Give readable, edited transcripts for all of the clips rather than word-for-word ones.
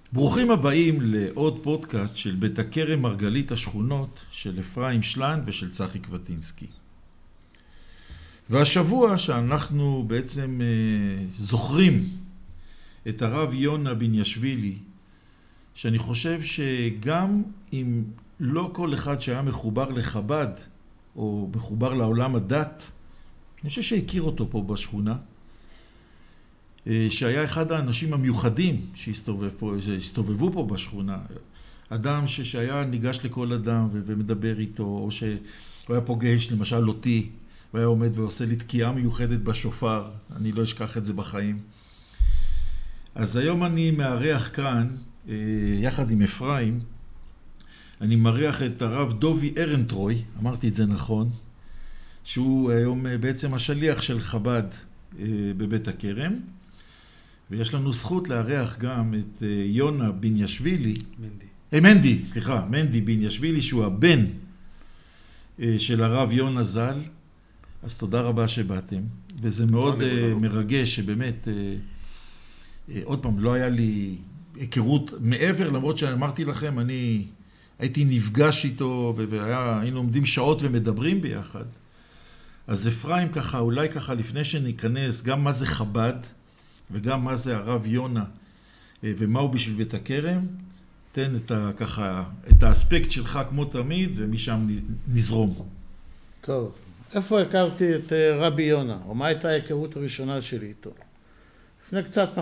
ברוכים הבאים לעוד פודקאסט של בית הכרם מרגלית השכונות של אפרים שלן ושל צחי קבטינסקי. והשבוע שאנחנו בעצם זוכרים את הרב יונה בניאשווילי, שאני חושב שגם אם לא כל אחד שהיה מחובר לחב"ד או מחובר לעולם הדת, אני חושב שהכיר אותו פה בשכונה, שהיה אחד האנשים המיוחדים שהסתובבו פה בשכונה. אדם שהיה ניגש לכל אדם ומדבר איתו, או שהוא היה פוגש למשל אותי, והיה עומד ועושה לי תקיעה מיוחדת בשופר, אני לא אשכח את זה בחיים. אז היום אני מארח כאן, יחד עם אפרים, אני מארח את הרב דובי ארנטרוי, אמרתי את זה נכון, שהוא היום בעצם השליח של חב"ד בבית הכרם, ויש לנו זכות לארח גם את יונה בניאשווילי, מנדי בניאשווילי, שהוא הבן של הרב יונה ז"ל. אז תודה רבה שבאתם, וזה מאוד מרגש שבאמת, עוד פעם, לא היה לי היכרות מעבר, למרות שאמרתי לכם, אני הייתי נפגש איתו, והיינו עומדים שעות ומדברים ביחד. אז אפרים ככה, אולי ככה לפני שניכנס, גם מה זה חב"ד, וגם מה זה הרב יונה, ומה הוא בשביל בית הכרם, תן את האספקט שלך כמו תמיד, ומשם נזרום. טוב, איפה הכרתי את רבי יונה, או מה הייתה ההיכרות הראשונה שלי איתו? לפני קצת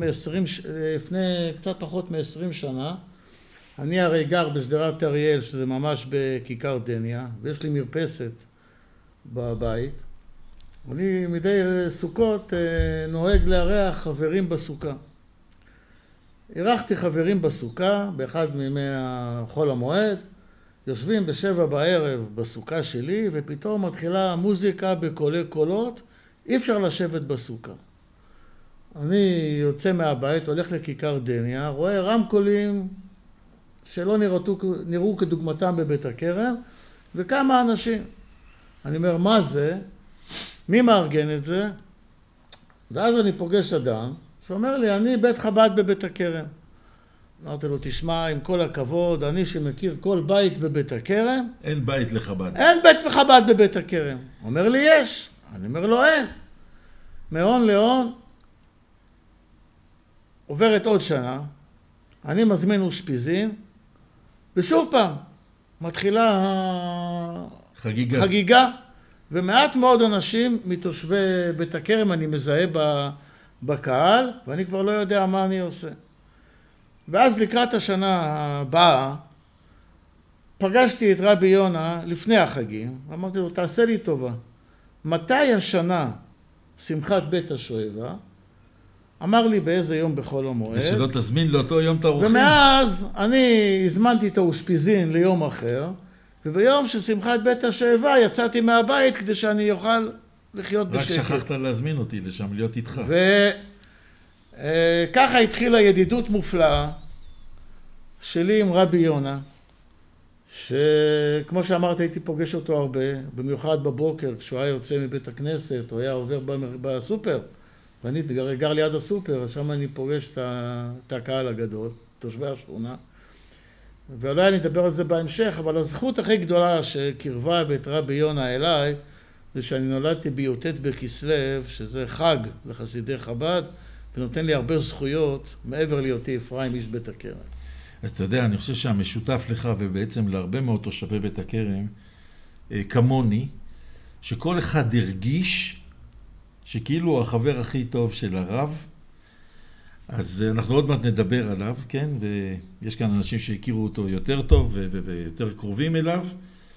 פחות מ-20 שנה, אני הרי גר בשדרת אריאל, שזה ממש בכיכר דניה, ויש לי מרפסת בבית. אני מדי סוכות נוהג לארח חברים בסוכה. אירחתי חברים בסוכה באחד מימי חול המועד, יושבים ב7 בערב בסוכה שלי, ופתאום מתחילה מוזיקה בקולי קולות, אי אפשר לשבת בסוכה. אני יוצא מהבית, הולך לכיכר דניה, רואה רמקולים שלא נראו כדוגמתם בבית הכרם, וכמה אנשים. אני אומר, מה זה? מי מארגן את זה? ואז אני פוגש אדם שאומר לי, אני בית חב"ד בבית הכרם. אמרתי לו, תשמע, עם כל הכבוד, אני שמכיר כל בית בבית הכרם. אין בית לחב"ד. אין בית חב"ד בבית הכרם. אומר לי, יש. אני אומר לו, אין. מהון להון, עוברת עוד שנה, אני מזמין אושפיזין, ושוב פעם, מתחילה חגיגה. ומעט מאוד אנשים מתושבי בית הכרם אני מזהה בקהל, ואני כבר לא יודע מה אני עושה. ואז לקראת השנה הבאה, פגשתי את רבי יונה לפני החגים, ואמרתי לו, תעשה לי טובה. מתי השנה שמחת בית השואבה? אמר לי באיזה יום בחול המועד. ושלא תזמין לאותו יום את האורחים. ומאז אני הזמנתי את האושפיזין ליום אחר, וביום ששמחת בית השואבה יצאתי מהבית כדי שאני אוכל לחיות בשקט. רק שכחת להזמין אותי לשם, להיות איתך. וככה התחילה ידידות מופלאה שלי עם רבי יונה, שכמו שאמרת הייתי פוגש אותו הרבה, במיוחד בבוקר כשהוא היה יוצא מבית הכנסת, הוא היה עובר בסופר, ואני גר ליד הסופר, שם אני פוגש את הקהל הגדול, תושבי השכונה. ואולי אני אדבר על זה בהמשך, אבל הזכות הכי גדולה שקרבה בית רבי יונה אליי, זה שאני נולדתי בי"ט בכסלו, שזה חג לחסידי חב"ד, ונותן לי הרבה זכויות מעבר להיותי אפרים איש בית הכרם. אז אתה יודע, אני חושב שהמשותף לך ובעצם להרבה מאוד תושבי בית הכרם, כמוני, שכל אחד הרגיש שכאילו הוא החבר הכי טוב של הרב, אז אנחנו עוד מעט נדבר עליו, כן? ויש כאן אנשים שהכירו אותו יותר טוב ויותר קרובים אליו.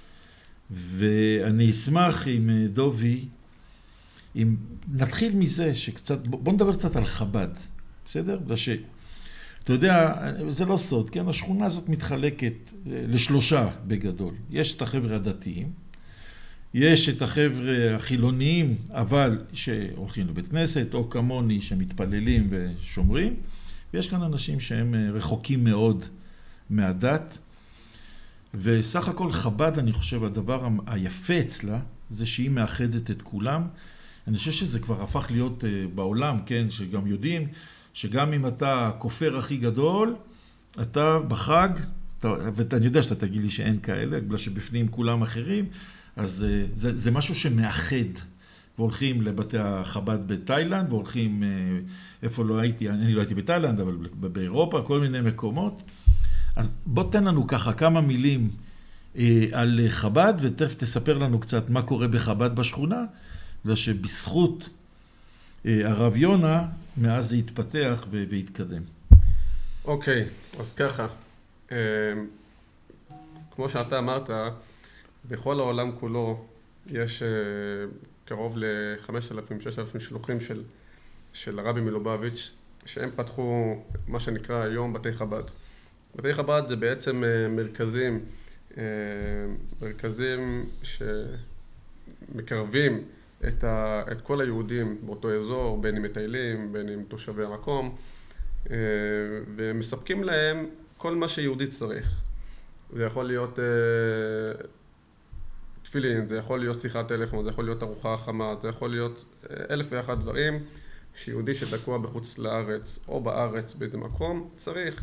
ואני אשמח עם דובי, אם נתחיל מזה שקצת, בוא נדבר קצת על חב"ד, בסדר? אתה יודע, זה לא סוד, כן? השכונה הזאת מתחלקת לשלושה בגדול. יש את החבר'ה הדתיים, יש את החבר'ה החילוניים, אבל שהולכים לבית כנסת, או כמוני שמתפללים ושומרים, ויש כאן אנשים שהם רחוקים מאוד מהדת, וסך הכל חב"ד, אני חושב, הדבר היפה אצלה, זה שהיא מאחדת את כולם. אני חושב שזה כבר הפך להיות בעולם, כן, שגם יודעים, שגם אם אתה הכופר הכי גדול, אתה בחג, ואני יודע שאתה תגיד לי שאין כאלה, בגלל שבפנים כולם אחרים, אז זה משהו שמאחד. והולכים לבתי החב"ד בתאילנד, והולכים, איפה לא הייתי, אני לא הייתי בתאילנד, אבל באירופה, כל מיני מקומות. אז בוא תן לנו ככה כמה מילים על חב"ד, ותכף תספר לנו קצת מה קורה בחב"ד בשכונה, בגלל שבזכות הרב יונה, מאז זה התפתח והתקדם. אוקיי, אז ככה, כמו שאתה אמרת, בכל העולם כולו יש קרוב ל-5,000-6,000 שלוחים של הרבי מלובביץ', שהם פתחו מה שנקרא היום בתי חב"ד. בתי חב"ד זה בעצם מרכזים שמקרבים את כל היהודים באותו אזור, בין אם מטיילים, בין אם תושבי המקום, ומספקים להם כל מה שיהודי צריך. זה יכול להיות תפילין, זה יכול להיות שיחת טלפון, זה יכול להיות ארוחה חמה, זה יכול להיות 1,001 דברים שיהודי שתקוע בחוץ לארץ או בארץ באיזה מקום צריך.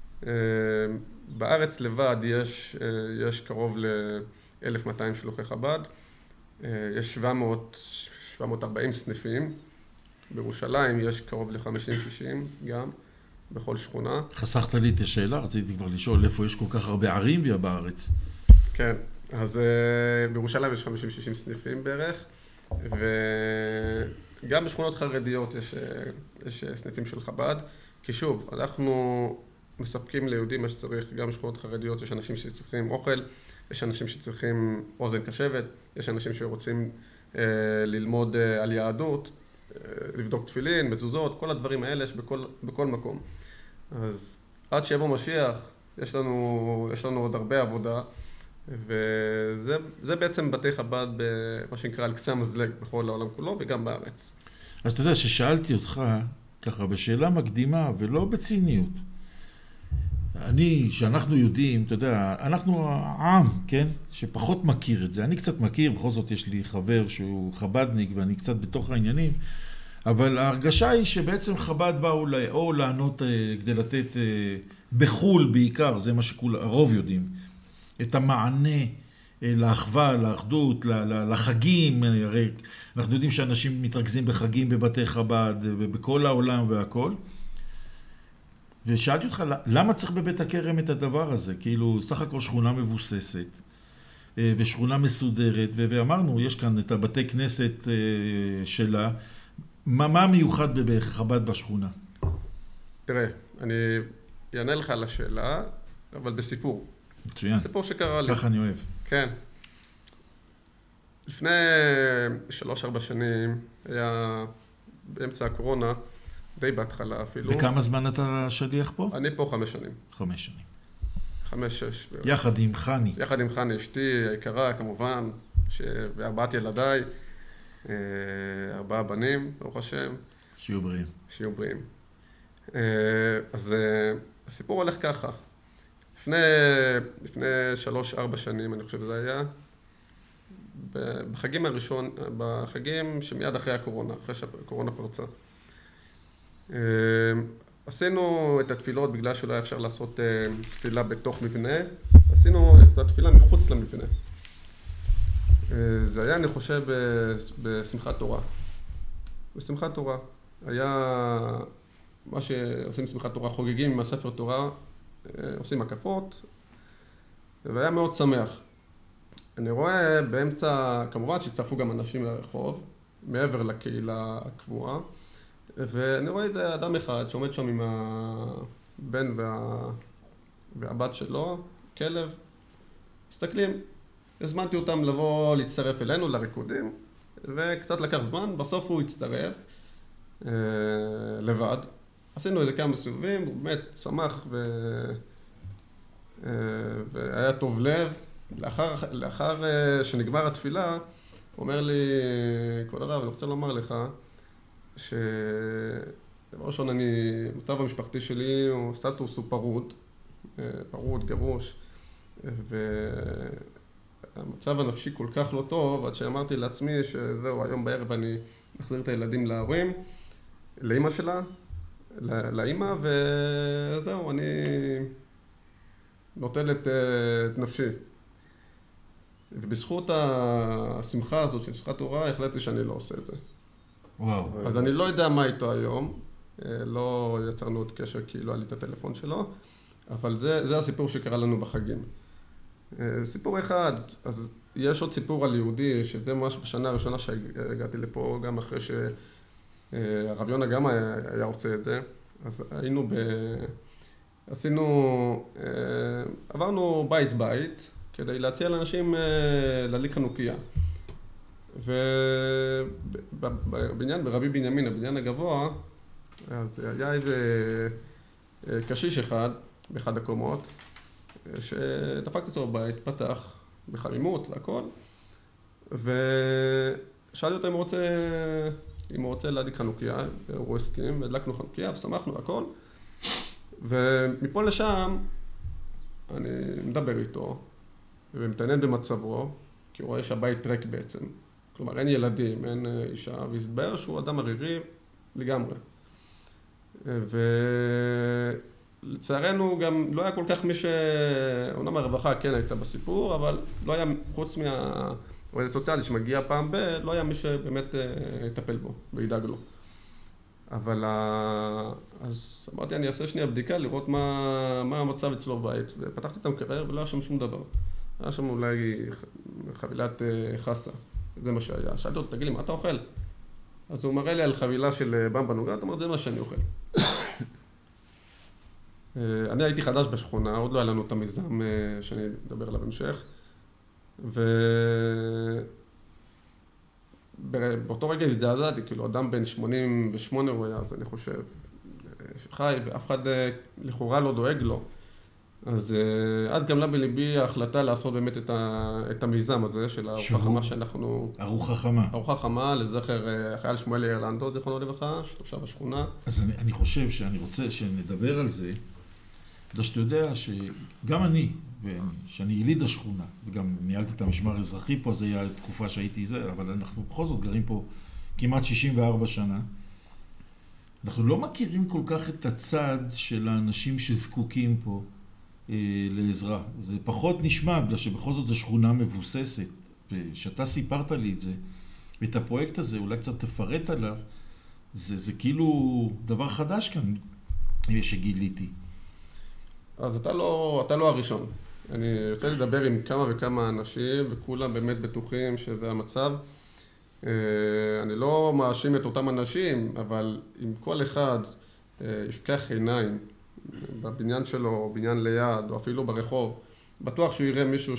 בארץ לבד יש קרוב ל-1,200 שלוחי חב"ד, יש 740 סניפים, בירושלים יש קרוב ל-50-60 גם, בכל שכונה. חסכת לי את השאלה, רציתי כבר לשאול איפה יש כל כך הרבה ערים בארץ. כן, אז בירושלים יש 50-60 סניפים בערך, וגם בשכונות חרדיות יש סניפים של חב"ד, כי שוב, אנחנו מספקים ליהודים מה שצריך, גם בשכונות חרדיות יש אנשים שצריכים אוכל, יש אנשים שצריכים אוזן קשבת, יש אנשים שרוצים ללמוד על יהדות, לבדוק תפילין, מזוזות, כל הדברים האלה יש בכל מקום. אז עד שיבוא משיח, יש לנו עוד הרבה עבודה, וזה בעצם בתי חב"ד במה שנקרא על קצה המזלג בכל העולם כולו וגם בארץ. אז אתה יודע ששאלתי אותך ככה בשאלה מקדימה ולא בציניות. שאנחנו יודעים, אתה יודע, אנחנו העם, כן? שפחות מכיר את זה. אני קצת מכיר, בכל זאת יש לי חבר שהוא חב"דניק ואני קצת בתוך העניינים, אבל ההרגשה היא שבעצם חב"ד באו או לענות כדי לתת בחול בעיקר, זה מה הרוב יודעים, את המענה לאחווה, לאחדות, לחגים. הרי אנחנו יודעים שאנשים מתרכזים בחגים בבתי חב"ד, בכל העולם והכל. ושאלתי אותך, למה צריך בבית הכרם את הדבר הזה? כאילו, סך הכל שכונה מבוססת, ושכונה מסודרת, ואמרנו, יש כאן את הבתי כנסת שלה. מה מיוחד בחב"ד בשכונה? תראה, אני אענה לך על השאלה, אבל בסיפור. מצוין. סיפור שקרה לי. ככה אני אוהב. כן. לפני 3-4 שנים, היה באמצע הקורונה, די בהתחלה אפילו. וכמה זמן אתה שליח פה? אני פה 5 שנים. 5 שנים. 5-6. יחד עם חני. יחד עם חני, אשתי היקרה כמובן, ו4 ילדיי, 4 בנים, ברוך השם. שיהיו בריאים. שיהיו בריאים. אז הסיפור הולך ככה. לפני 3-4 שנים, אני חושב שזה היה, בחגים שמיד אחרי הקורונה, אחרי שהקורונה פרצה. עשינו את התפילות בגלל שלא היה אפשר לעשות תפילה בתוך מבנה, עשינו את התפילה מחוץ למבנה. זה היה, אני חושב, בשמחת תורה. בשמחת תורה. היה מה שעושים בשמחת תורה, חוגגים עם הספר תורה, עושים הקפות, והיה מאוד שמח. אני רואה באמצע, כמובן שהצטרפו גם אנשים מהרחוב, מעבר לקהילה הקבועה, ואני רואה איזה אדם אחד שעומד שם עם הבן והבת שלו, כלב, מסתכלים. הזמנתי אותם לבוא להצטרף אלינו לריקודים, וקצת לקח זמן, בסוף הוא הצטרף לבד. עשינו איזה כמה מסובבים, הוא באמת שמח והיה טוב לב. לאחר שנגמר התפילה, הוא אומר לי, כבוד הרב, אני רוצה לומר לך, שדבר ראשון, המצב המשפחתי שלי, סטטוס הוא פרוד, גרוש, והמצב הנפשי כל כך לא טוב, עד שאמרתי לעצמי שזהו, היום בערב אני מחזיר את הילדים להורים, לאמא שלה, לאמא, וזהו, אני נוטל את נפשי. ובזכות השמחה הזאת של שמחת תורה, החלטתי שאני לא עושה את זה. וואו. אז אני לא יודע מה איתו היום, לא יצרנו עוד קשר כי לא היה לי את הטלפון שלו, אבל זה הסיפור שקרה לנו בחגים. סיפור אחד, אז יש עוד סיפור על יהודי, שזה ממש בשנה הראשונה שהגעתי לפה, גם אחרי שהרב יונה גם היה עושה את זה, אז עברנו בית כדי להציע לאנשים להדליק חנוכיה. ובבניין ברבי בנימין, הבניין הגבוה, אז היה איזה קשיש אחד באחד הקומות, שדפקתי אותו בבית, פתח בחמימות והכל, ושאלתי אותו אם הוא רוצה להדליק חנוכיה, הוא הסכים, והדלקנו חנוכיה ושמחנו והכל, ומפה לשם אני מדבר איתו ומתעניין במצבו, כי הוא רואה שהבית ריק בעצם, כלומר אין ילדים, אין אישה, והסבר שהוא אדם ערירי לגמרי. ולצערנו גם לא היה כל כך מי אומנם הרווחה כן הייתה בסיפור, אבל לא היה חוץ העובד סוציאלי שמגיע פעם לא היה מי שבאמת יטפל בו וידאג לו. אבל אז אמרתי אני אעשה שנייה בדיקה לראות מה המצב אצלו בבית, ופתחתי את המקרר ולא היה שם שום דבר. היה שם אולי חבילת חסה, זה מה שהיה. שאלתי אותו, תגיד לי, מה אתה אוכל? אז הוא מראה לי על חבילה של במבה נוגת, אמרתי, זה מה שאני אוכל. אני הייתי חדש בשכונה, עוד לא היה לנו את המיזם שאני אדבר עליו בהמשך. ובאותו רגע הזדעזעתי, כאילו, אדם בן 88 הוא היה, אז אני חושב, חי, ואף אחד לכאורה לא דואג לו. אז אז גמלה בליבי ההחלטה לעשות באמת את המיזם הזה של הארוחה חמה שאנחנו... ארוחה חמה. ארוחה חמה לזכר החייל שמואל יאיר, זיכרונו לברכה, תושב השכונה. אז אני חושב שאני רוצה שנדבר על זה, בגלל שאתה יודע שגם אני, שאני יליד השכונה, וגם ניהלתי את המשמר האזרחי פה, אז היה תקופה שהייתי זה, אבל אנחנו בכל זאת גרים פה כמעט 64 שנה. אנחנו לא מכירים כל כך את הצד של האנשים שזקוקים פה לעזרה. זה פחות נשמע, בגלל שבכל זאת זו שכונה מבוססת. ושאתה סיפרת לי את זה, ואת הפרויקט הזה, אולי קצת תפרט עליו, זה כאילו דבר חדש כאן שגיליתי. אז אתה לא הראשון. אני רוצה לדבר עם כמה וכמה אנשים, וכולם באמת בטוחים שזה המצב. אני לא מאשים את אותם אנשים, אבל אם כל אחד יפקח עיניים בבניין שלו, או בניין ליד, או אפילו ברחוב, בטוח שהוא יראה מישהו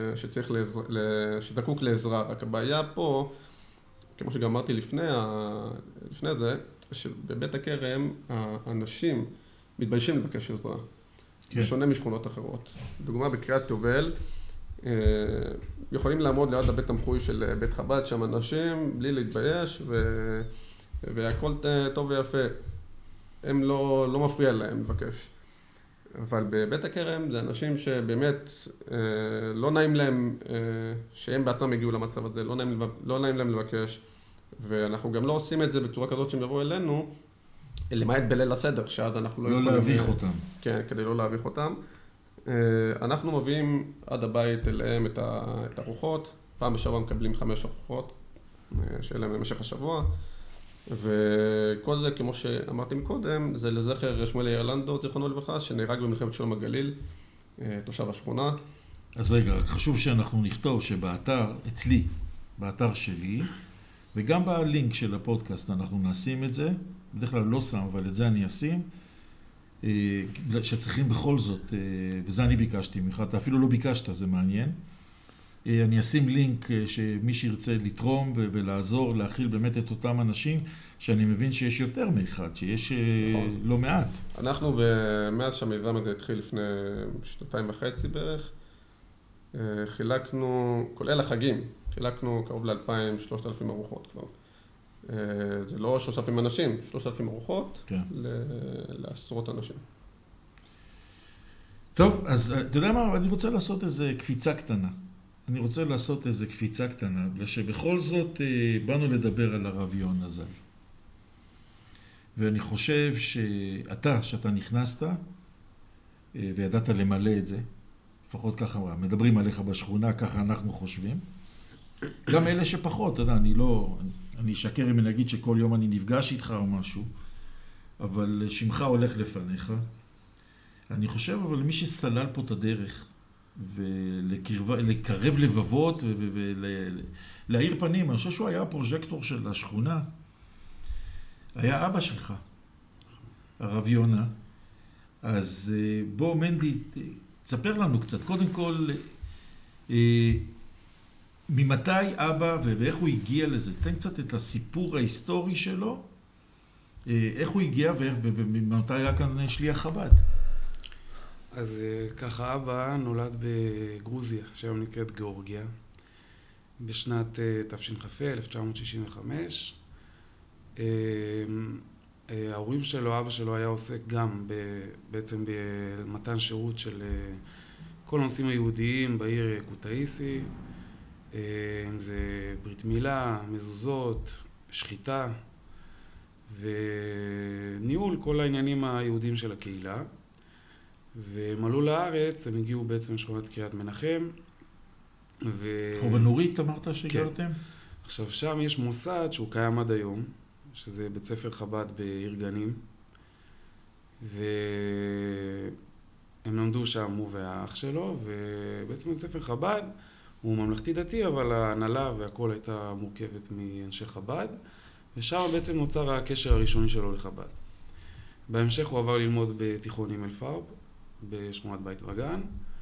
שזקוק לעזרה. רק הבעיה פה, כמו שגם אמרתי לפני זה, שבבית הכרם האנשים מתביישים לבקש עזרה. כן. בשונה משכונות אחרות. דוגמה, בקריית יובל, יכולים לעמוד ליד הבית תמחוי של בית חב"ד, שם אנשים בלי להתבייש, והכל טוב ויפה. הם לא מפריע להם לבקש. אבל בבית הכרם זה אנשים שבאמת לא נעים להם, שהם בעצמם הגיעו למצב הזה, לא נעים להם לבקש, ואנחנו גם לא עושים את זה בצורה כזאת שהם יבואו אלינו, למעט בליל הסדר, שאז אנחנו לא יכולים... לא להביך אותם. כן, כדי לא להביך אותם. אנחנו מביאים עד הבית אליהם את הארוחות, פעם בשבוע מקבלים 5 ארוחות, שיהיה להם במשך השבוע, וכל זה, כמו שאמרתי מקודם, זה לזכר שמואל יאיר, זיכרונו לברכה, שנהרג במלחמת שלום הגליל, תושב השכונה. אז רגע, רק חשוב שאנחנו נכתוב שבאתר, אצלי, באתר שלי, וגם בלינק של הפודקאסט אנחנו נשים את זה, בדרך כלל לא שם, אבל את זה אני אשים, שצריכים בכל זאת, וזה אני ביקשתי, אתה אפילו לא ביקשת, זה מעניין. אני אשים לינק שמי שירצה לתרום ולעזור, להכיל באמת את אותם אנשים, שאני מבין שיש יותר מאחד, שיש לא מעט. אנחנו, מאז שהמיזם הזה התחיל לפני 2.5 בערך, חילקנו, כולל החגים, חילקנו קרוב ל2,000-3,000 ארוחות כבר. זה לא 3,000 אנשים, 3,000 ארוחות, כן. לעשרות אנשים. טוב, אז אתה יודע מה? אני רוצה לעשות איזה קפיצה קטנה. בגלל שבכל זאת באנו לדבר על הרב יונה ז"ל. ואני חושב שאתה נכנסת וידעת למלא את זה, לפחות ככה מדברים עליך בשכונה, ככה אנחנו חושבים. גם אלה שפחות, אתה יודע, אני אשקר אם אני אגיד שכל יום אני נפגש איתך או משהו, אבל שמך הולך לפניך. אני חושב, אבל מי שסלל פה את הדרך, ולקרב לבבות ולהאיר פנים, אני חושב שהוא היה הפרוז'קטור של השכונה, היה אבא שלך, הרב יונה. אז בוא מנדי, תספר לנו קצת, קודם כל, ממתי אבא ואיך הוא הגיע לזה? תן קצת את הסיפור ההיסטורי שלו, איך הוא הגיע וממתי היה כאן שליח חב"ד. אז ככה, אבא נולד בגרוזיה, שהיום נקראת גיאורגיה, בשנת תשכ"ה, 1965. ההורים שלו, אבא שלו היה עוסק גם בעצם במתן שירות של כל הנושאים היהודיים בעיר קוטאיסי, אם זה ברית מילה, מזוזות, שחיטה וניהול כל העניינים היהודיים של הקהילה. והם עלו לארץ, הם הגיעו בעצם לשכונת קריית מנחם. חוב הנורית אמרת שגרתם? כן. עכשיו שם יש מוסד שהוא קיים עד היום, שזה בית ספר חב"ד בעיר גנים. והם למדו שם הוא והאח שלו, ובעצם בית ספר חב"ד הוא ממלכתי דתי, אבל ההנהלה והכל הייתה מורכבת מאנשי חב"ד, ושם בעצם נוצר הקשר הראשוני שלו לחב"ד. בהמשך הוא עבר ללמוד בתיכון הימל פארב, בשכונת בית וגן,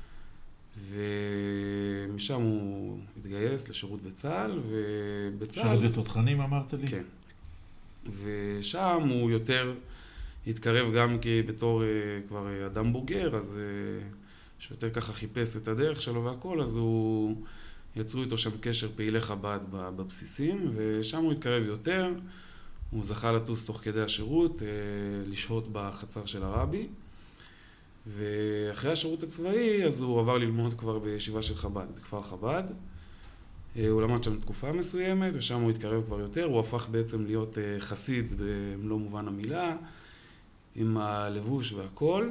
ומשם הוא התגייס לשירות בצה"ל, שירת בתותחנים אמרת לי? כן. ושם הוא יותר התקרב גם בתור כבר אדם בוגר, אז שיותר ככה חיפש את הדרך שלו והכל, אז הוא יצרו איתו שם קשר פעילי חב"ד בבסיסים, ושם הוא התקרב יותר. הוא זכה לטוס תוך כדי השירות, לשהות בחצר של הרבי, ואחרי השירות הצבאי אז הוא עבר ללמוד כבר בישיבה של חב"ד, בכפר חב"ד. הוא למד שם תקופה מסוימת, ושם הוא התקרב כבר יותר. הוא הפך בעצם להיות חסיד במלוא מובן המילה, עם הלבוש והכל,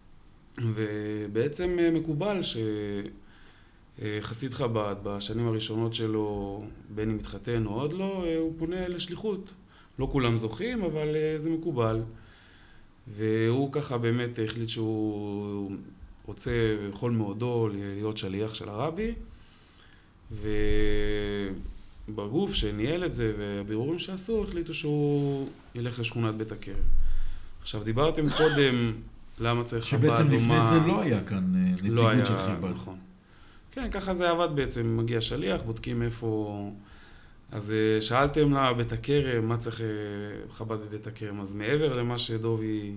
ובעצם מקובל שחסיד חב"ד בשנים הראשונות שלו, בין אם מתחתן או עוד לא, הוא פונה לשליחות. לא כולם זוכים, אבל זה מקובל. והוא ככה באמת החליט שהוא רוצה בכל מאודו להיות שליח של הרבי, ובגוף שניהל את זה והבירורים שעשו, החליטו שהוא ילך לשכונת בית הכרם. עכשיו, דיברתם קודם למה צריך חב"ד או מה... שבעצם לפני זה לא היה כאן נציגות של חב"ד. נכון. כן, ככה זה עבד בעצם. מגיע שליח, בודקים איפה... אז שאלתם לה בית הכרם, מה צריך חב"ד בבית הכרם? אז מעבר למה שדובי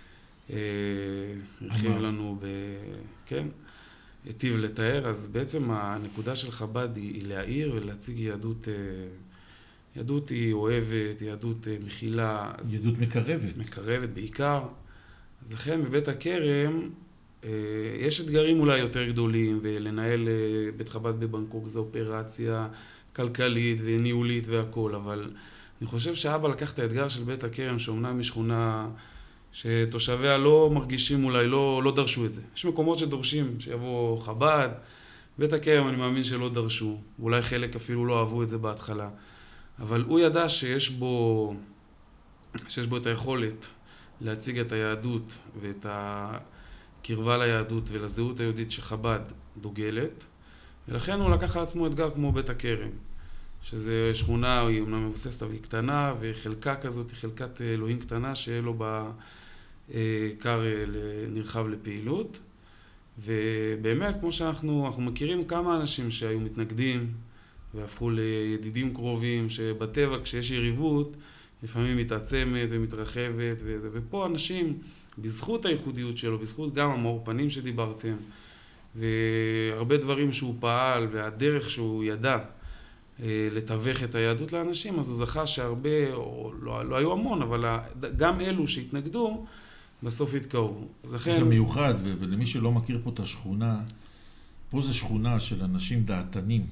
הרחיב לנו, כן, היטיב לתאר, אז בעצם הנקודה של חב"ד היא להעיר ולהציג יהדות. יהדות היא אוהבת, יהדות מכילה. יהדות מקרבת. מקרבת בעיקר. אז לכן בבית הכרם יש אתגרים אולי יותר גדולים, ולנהל בית חב"ד בבנקוק זו אופרציה כלכלית וניהולית והכל, אבל אני חושב שאבא לקח את האתגר של בית הכרם, שאומנם משכונה שתושביה לא מרגישים, אולי לא דרשו את זה. יש מקומות שדורשים, שיבוא חב"ד, בית הכרם אני מאמין שלא דרשו, ואולי חלק אפילו לא אהבו את זה בהתחלה, אבל הוא ידע שיש בו את היכולת להציג את היהדות ואת הקרבה ליהדות ולזהות היהודית שחב"ד דוגלת, ולכן הוא לקח לעצמו אתגר כמו בית הכרם, שזה שכונה, היא אומנם מבוססת, אבל היא קטנה, וחלקה כזאת היא חלקת אלוהים קטנה, שיהיה לו בעיקר נרחב לפעילות. ובאמת, כמו שאנחנו מכירים כמה אנשים שהיו מתנגדים, והפכו לידידים קרובים, שבטבע כשיש יריבות, לפעמים מתעצמת ומתרחבת, ופה אנשים, בזכות הייחודיות שלו, בזכות גם המאור פנים שדיברתם, והרבה דברים שהוא פעל, והדרך שהוא ידע לתווך את היהדות לאנשים, אז הוא זכה שהרבה, או לא היו המון, אבל גם אלו שהתנגדו, בסוף התקרבו. זה מיוחד, ולמי שלא מכיר פה את השכונה, פה זה שכונה של אנשים דעתנים,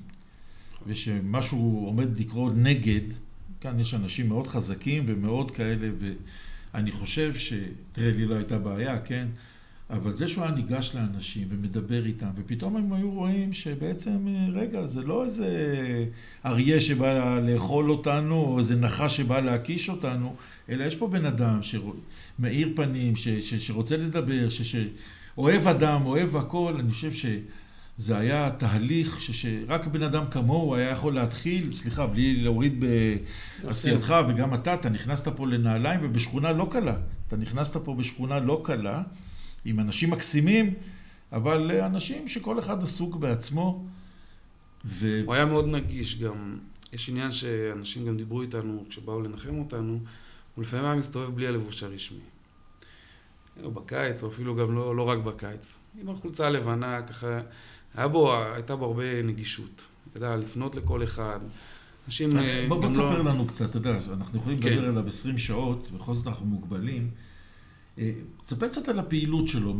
ושמשהו עומד לקרוא נגד, כאן יש אנשים מאוד חזקים ומאוד כאלה, אני חושב תראה, לי לא הייתה בעיה, כן? אבל זה שהוא היה ניגש לאנשים ומדבר איתם, ופתאום הם היו רואים שבעצם, רגע, זה לא איזה אריה שבא לאכול אותנו, או איזה נחש שבא להקיש אותנו, אלא יש פה בן אדם שמאיר פנים, שרוצה לדבר, שאוהב אדם, אוהב הכל. אני חושב שזה היה תהליך שרק בן אדם כמוהו היה יכול להתחיל, סליחה, בלי להוריד בעשייתך, וגם אתה נכנסת פה לנעליים ובשכונה לא קלה. אתה נכנסת פה בשכונה לא קלה, עם אנשים מקסימים, אבל אנשים שכל אחד עסוק בעצמו. הוא היה מאוד נגיש גם. יש עניין שאנשים גם דיברו איתנו, כשבאו לנחם אותנו, הוא לפעמים היה מסתובב בלי הלבוש הרשמי. או בקיץ, או אפילו גם לא רק בקיץ. עם החולצה הלבנה, ככה, הייתה בו הרבה נגישות. אתה יודע, לפנות לכל אחד. אנשים אז בוא גם תספר לנו קצת, אתה יודע, אנחנו יכולים לדבר עליו 20 שעות, בכל זאת אנחנו מוגבלים. תספר קצת על הפעילות שלו,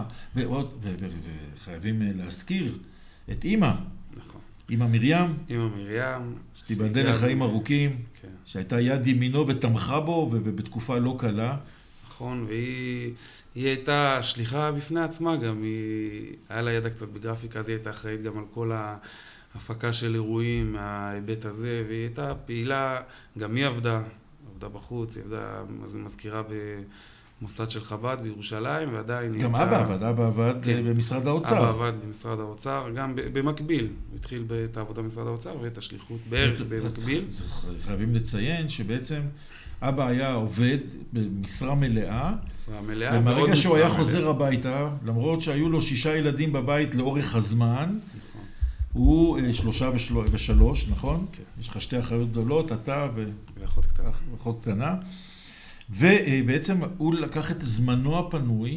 וחייבים להזכיר את אמא. נכון. אמא מרים. אמא מרים. שתיבדל לחיים ארוכים, כן. שהייתה יד ימינו ותמכה בו, ובתקופה לא קלה. נכון, והיא הייתה שליחה בפני עצמה גם, היה לה ידע קצת בגרפיקה, אז היא הייתה אחראית גם על כל ההפקה של אירועים מההיבט הזה, והיא הייתה פעילה, גם היא עבדה בחוץ, היא עבדה מזכירה במוסד של חב"ד בירושלים, ועדיין גם אבא עבד כן. במשרד האוצר. אבא עבד במשרד האוצר, גם במקביל, הוא התחיל את העבודה במשרד האוצר ואת השליחות בערך במקביל. חייבים לציין שבעצם אבא היה עובד במשרה מלאה, ומהרגע שהוא היה חוזר הביתה, למרות שהיו לו 6 ילדים בבית לאורך הזמן, הוא 3 ו3, נכון? כן. יש לך 2 אחיות גדולות, אתה ואחות קטנה. ובעצם הוא לקח את זמנו הפנוי,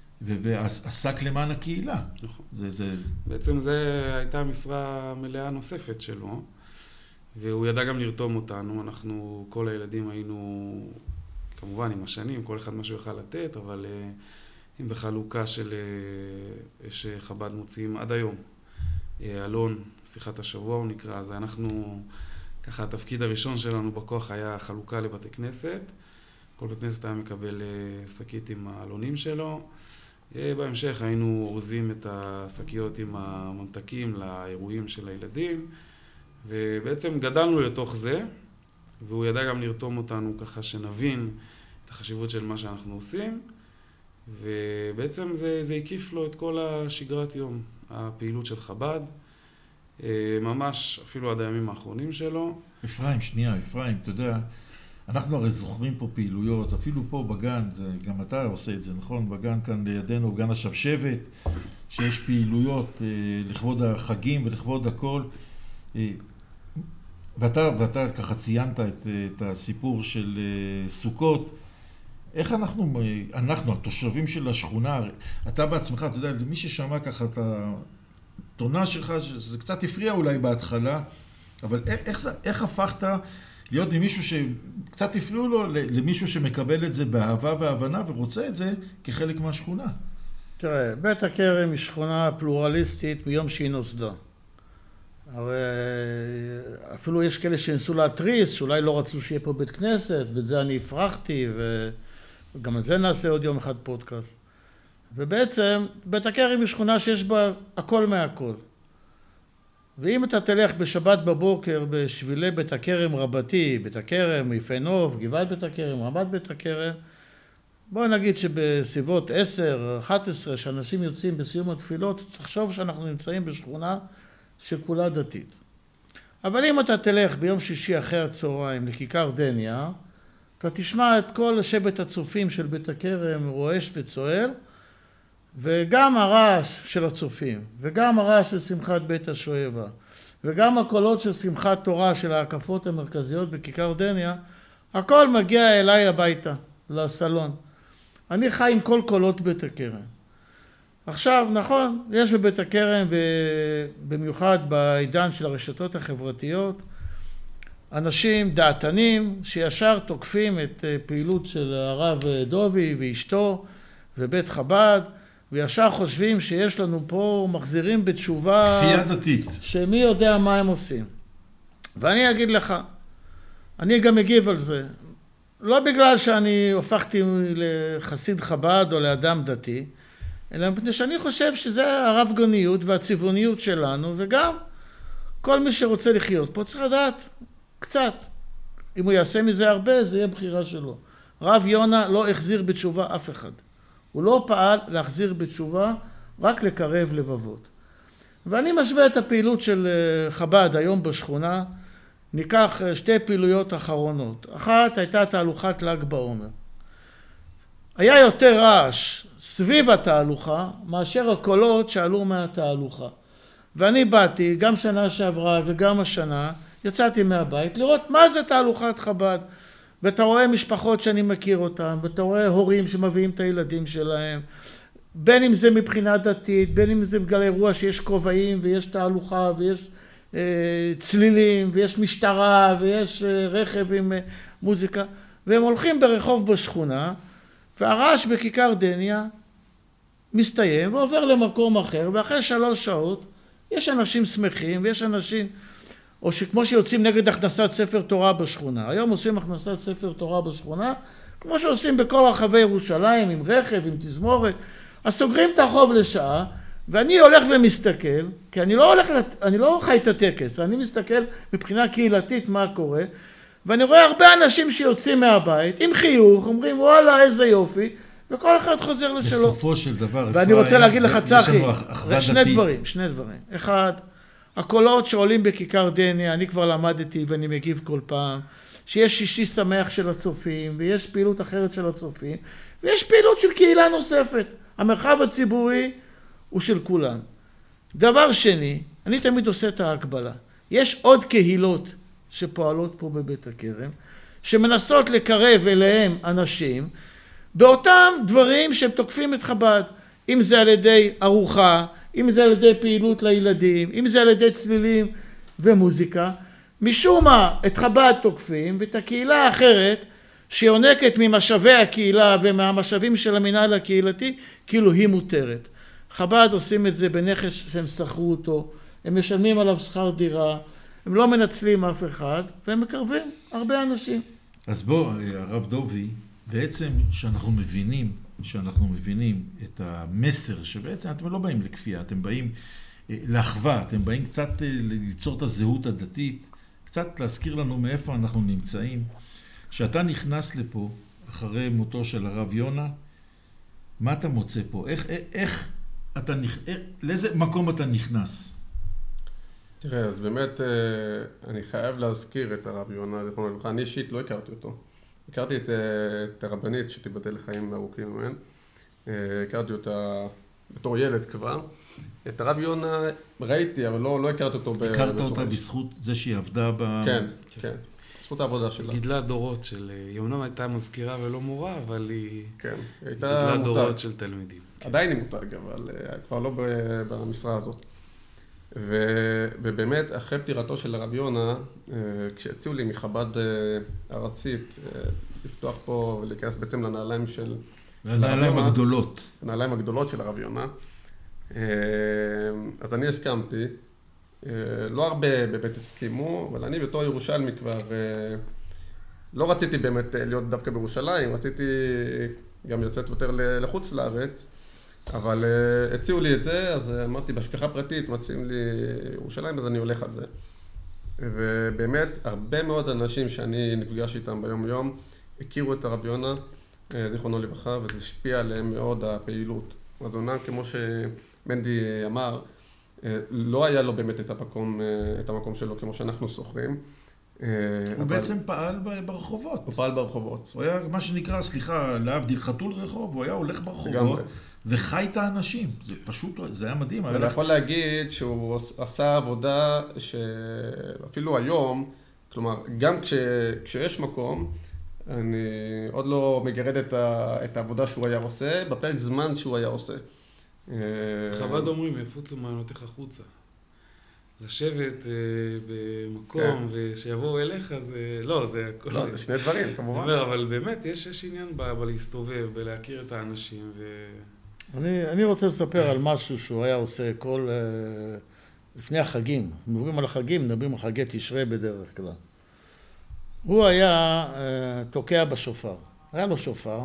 ועסק למען הקהילה. נכון. זה... בעצם זה הייתה משרה מלאה נוספת שלו. והוא ידע גם לרתום אותנו, אנחנו, כל הילדים היינו, כמובן עם השנים, כל אחד מה שהוא יכל לתת, אבל אם בחלוקה של שחב"ד מוציאים עד היום. אלון, שיחת השבוע הוא נקרא, אז אנחנו, ככה התפקיד הראשון שלנו בכוח היה חלוקה לבתי כנסת, כל בית כנסת היה מקבל שקית עם האלונים שלו, בהמשך היינו אורזים את השקיות עם הממתקים לאירועים של הילדים, ובעצם גדלנו לתוך זה, והוא ידע גם לרתום אותנו ככה שנבין את החשיבות של מה שאנחנו עושים, ובעצם זה הקיף לו את כל השגרת יום, הפעילות של חב"ד, ממש אפילו עד הימים האחרונים שלו. אפרים, אתה יודע, אנחנו הרי זוכרים פה פעילויות, אפילו פה בגן, גם אתה עושה את זה, נכון? בגן כאן לידינו, גן השבשבת, שיש פעילויות לכבוד החגים ולכבוד הכל. ואתה ככה ציינת את הסיפור של סוכות. איך אנחנו, התושבים של השכונה, אתה בעצמך, אתה יודע, למי ששמע ככה את התונה שלך, שזה קצת הפריע אולי בהתחלה, אבל איך הפכת להיות ממישהו שקצת הפריעו לו, למישהו שמקבל את זה באהבה והבנה ורוצה את זה כחלק מהשכונה? תראה, בית הכרם היא שכונה פלורליסטית מיום שהיא נוסדה. הרי אפילו יש כאלה שניסו להתריס, שאולי לא רצו שיהיה פה בית כנסת, ואת זה אני הפרחתי, וגם על זה נעשה עוד יום אחד פודקאסט. ובעצם בית הכרם היא שכונה שיש בה הכל מהכל. ואם אתה תלך בשבת בבוקר בשבילי בית הכרם רבתי, בית הכרם, יפה נוף, גבעת בית הכרם, רמת בית הכרם, בואו נגיד שבסביבות 10, 11, שאנשים יוצאים בסיום התפילות, תחשוב שאנחנו נמצאים בשכונה שכולה דתית. אבל אם אתה תלך ביום שישי אחרי הצהריים לכיכר דניה, אתה תשמע את כל שבט הצופים של בית הכרם רועש וצועל, וגם הרעש של הצופים, וגם הרעש של שמחת בית השואבה, וגם הקולות של שמחת תורה של ההקפות המרכזיות בכיכר דניה, הכל מגיע אליי הביתה, לסלון. אני חי עם כל קולות בית הכרם. עכשיו, נכון, יש בבית הכרם, במיוחד בעידן של הרשתות החברתיות, אנשים דעתנים שישר תוקפים את פעילות של הרב דובי ואשתו ובית חב"ד, וישר חושבים שיש לנו פה מחזירים בתשובה... כפייה דתית. שמי יודע מה הם עושים. ואני אגיד לך, אני גם אגיב על זה. לא בגלל שאני הפכתי לחסיד חב"ד או לאדם דתי, אלא מפני שאני חושב שזה הרבגוניות והצבעוניות שלנו, וגם כל מי שרוצה לחיות פה צריך לדעת קצת. אם הוא יעשה מזה הרבה, זה יהיה בחירה שלו. רב יונה לא החזיר בתשובה אף אחד. הוא לא פעל להחזיר בתשובה, רק לקרב לבבות. ואני משווה את הפעילות של חב"ד היום בשכונה, ניקח שתי פעילויות אחרונות. אחת הייתה תהלוכת ל"ג בעומר. היה יותר רעש סביב התהלוכה מאשר הקולות שעלו מהתהלוכה. ואני באתי, גם שנה שעברה וגם השנה, יצאתי מהבית לראות מה זה תהלוכת חב"ד. ואתה רואה משפחות שאני מכיר אותן, ואתה רואה הורים שמביאים את הילדים שלהם, בין אם זה מבחינה דתית, בין אם זה בגלל אירוע שיש כובעים ויש תהלוכה ויש צלילים ויש משטרה ויש רכב עם מוזיקה, והם הולכים ברחוב בשכונה, והרעש בכיכר דניה מסתיים ועובר למקום אחר, ואחרי 3 שעות יש אנשים שמחים ויש אנשים, או שכמו שיוצאים נגד הכנסת ספר תורה בשכונה, היום עושים הכנסת ספר תורה בשכונה, כמו שעושים בכל רחבי ירושלים, עם רכב, עם תזמורת, אז סוגרים את הרחוב לשעה, ואני הולך ומסתכל, כי אני לא חי את הטקס, אני מסתכל מבחינה קהילתית מה קורה, ואני רואה הרבה אנשים שיוצאים מהבית, עם חיוך, אומרים וואלה איזה יופי, וכל אחד חוזר לשלו. בסופו של דבר, ואני רוצה להגיד לך צחי, שני דברים. אחד, הקולות שעולים בכיכר דניה, אני כבר למדתי ואני מגיב כל פעם, שיש שישי שמח של הצופים, ויש פעילות אחרת של הצופים, ויש פעילות של קהילה נוספת. המרחב הציבורי הוא של כולם. דבר שני, אני תמיד עושה את ההקבלה. יש עוד קהילות שפועלות פה בבית הכרם, שמנסות לקרב אליהם אנשים, באותם דברים שהם תוקפים את חב"ד, אם זה על ידי ארוחה, אם זה על ידי פעילות לילדים, אם זה על ידי צלילים ומוזיקה, משום מה את חב"ד תוקפים, ואת הקהילה האחרת שיונקת ממשאבי הקהילה ומהמשאבים של המנהל הקהילתי, כאילו היא מותרת. חב"ד עושים את זה בנכס שהם שכרו אותו, הם משלמים עליו שכר דירה, הם לא מנצלים אף אחד, והם מקרבים הרבה אנשים. אז בוא, הרב דובי, בעצם שאנחנו מבינים את המסר, שבעצם אתם לא באים לכפייה, אתם באים לאחווה, אתם באים קצת ליצור את הזהות הדתית, קצת להזכיר לנו מאיפה אנחנו נמצאים. כשאתה נכנס לפה, אחרי מותו של הרב יונה, מה אתה מוצא פה? איך אתה לאיזה מקום אתה נכנס? תראה, אז באמת אני חייב להזכיר את הרב יונה, זיכרונו לברכה. אני אישית לא הכרתי אותו. הכרתי את הרבנית שתיבדל לחיים ארוכים ממנו. הכרתי אותה בתור ילד כבר. את הרב יונה ראיתי, אבל לא הכרתי אותו. הכרת אותה בזכות זה שהיא עבדה כן, כן. בזכות העבודה שלה. גידלה דורות של... היא אומנם הייתה מזכירה ולא מורה, אבל היא... כן, היא גידלה דורות של תלמידים. עדיין היא מותג, אבל כבר לא במשרה הזאת. ובאמת, אחרי פטירתו של הרב יונה, כשהציעו לי מחב"ד ארצית לפתוח פה ולהיכנס בעצם לנעליים של לנעליים הגדולות. לנעליים הגדולות של הרב יונה, אז אני הסכמתי. לא הרבה באמת הסכימו, אבל אני בתור ירושלמי כבר לא רציתי באמת להיות דווקא בירושלים, רציתי גם לצאת יותר לחוץ לארץ, אבל הציעו לי את זה, אז אמרתי בהשגחה פרטית מציעים לי ירושלים, אז אני הולך על זה. ובאמת הרבה מאוד אנשים שאני נפגש איתם ביום יום הכירו את הרב יונה, זיכרונו לברכה, וזה השפיע עליהם מאוד הפעילות. אז אומנם כמו שמנדי אמר, לא היה לו באמת את המקום שלו כמו שאנחנו זוכרים. הוא בעצם פעל ברחובות. הוא פעל ברחובות. הוא היה מה שנקרא, סליחה, להבדיל חתול רחוב, הוא היה הולך ברחובות וחי את האנשים. זה פשוט, זה היה מדהים. ואני יכול להגיד שהוא עשה עבודה שאפילו היום, כלומר, גם כשיש מקום, אני עוד לא מגרד את העבודה שהוא היה עושה, בפרק זמן שהוא היה עושה. חב"ד אומרים, יפוצו מעיינותיך החוצה. לשבת במקום ושיבואו אליך, זה... לא, זה הכל... לא, זה שני דברים, כמובן. אבל באמת, יש עניין בלהסתובב, בלהכיר את האנשים אני רוצה לספר על משהו שהוא היה עושה כל... לפני החגים. מדברים על החגים, מדברים על חגי תשרי בדרך כלל. הוא היה תוקע בשופר. היה לו שופר,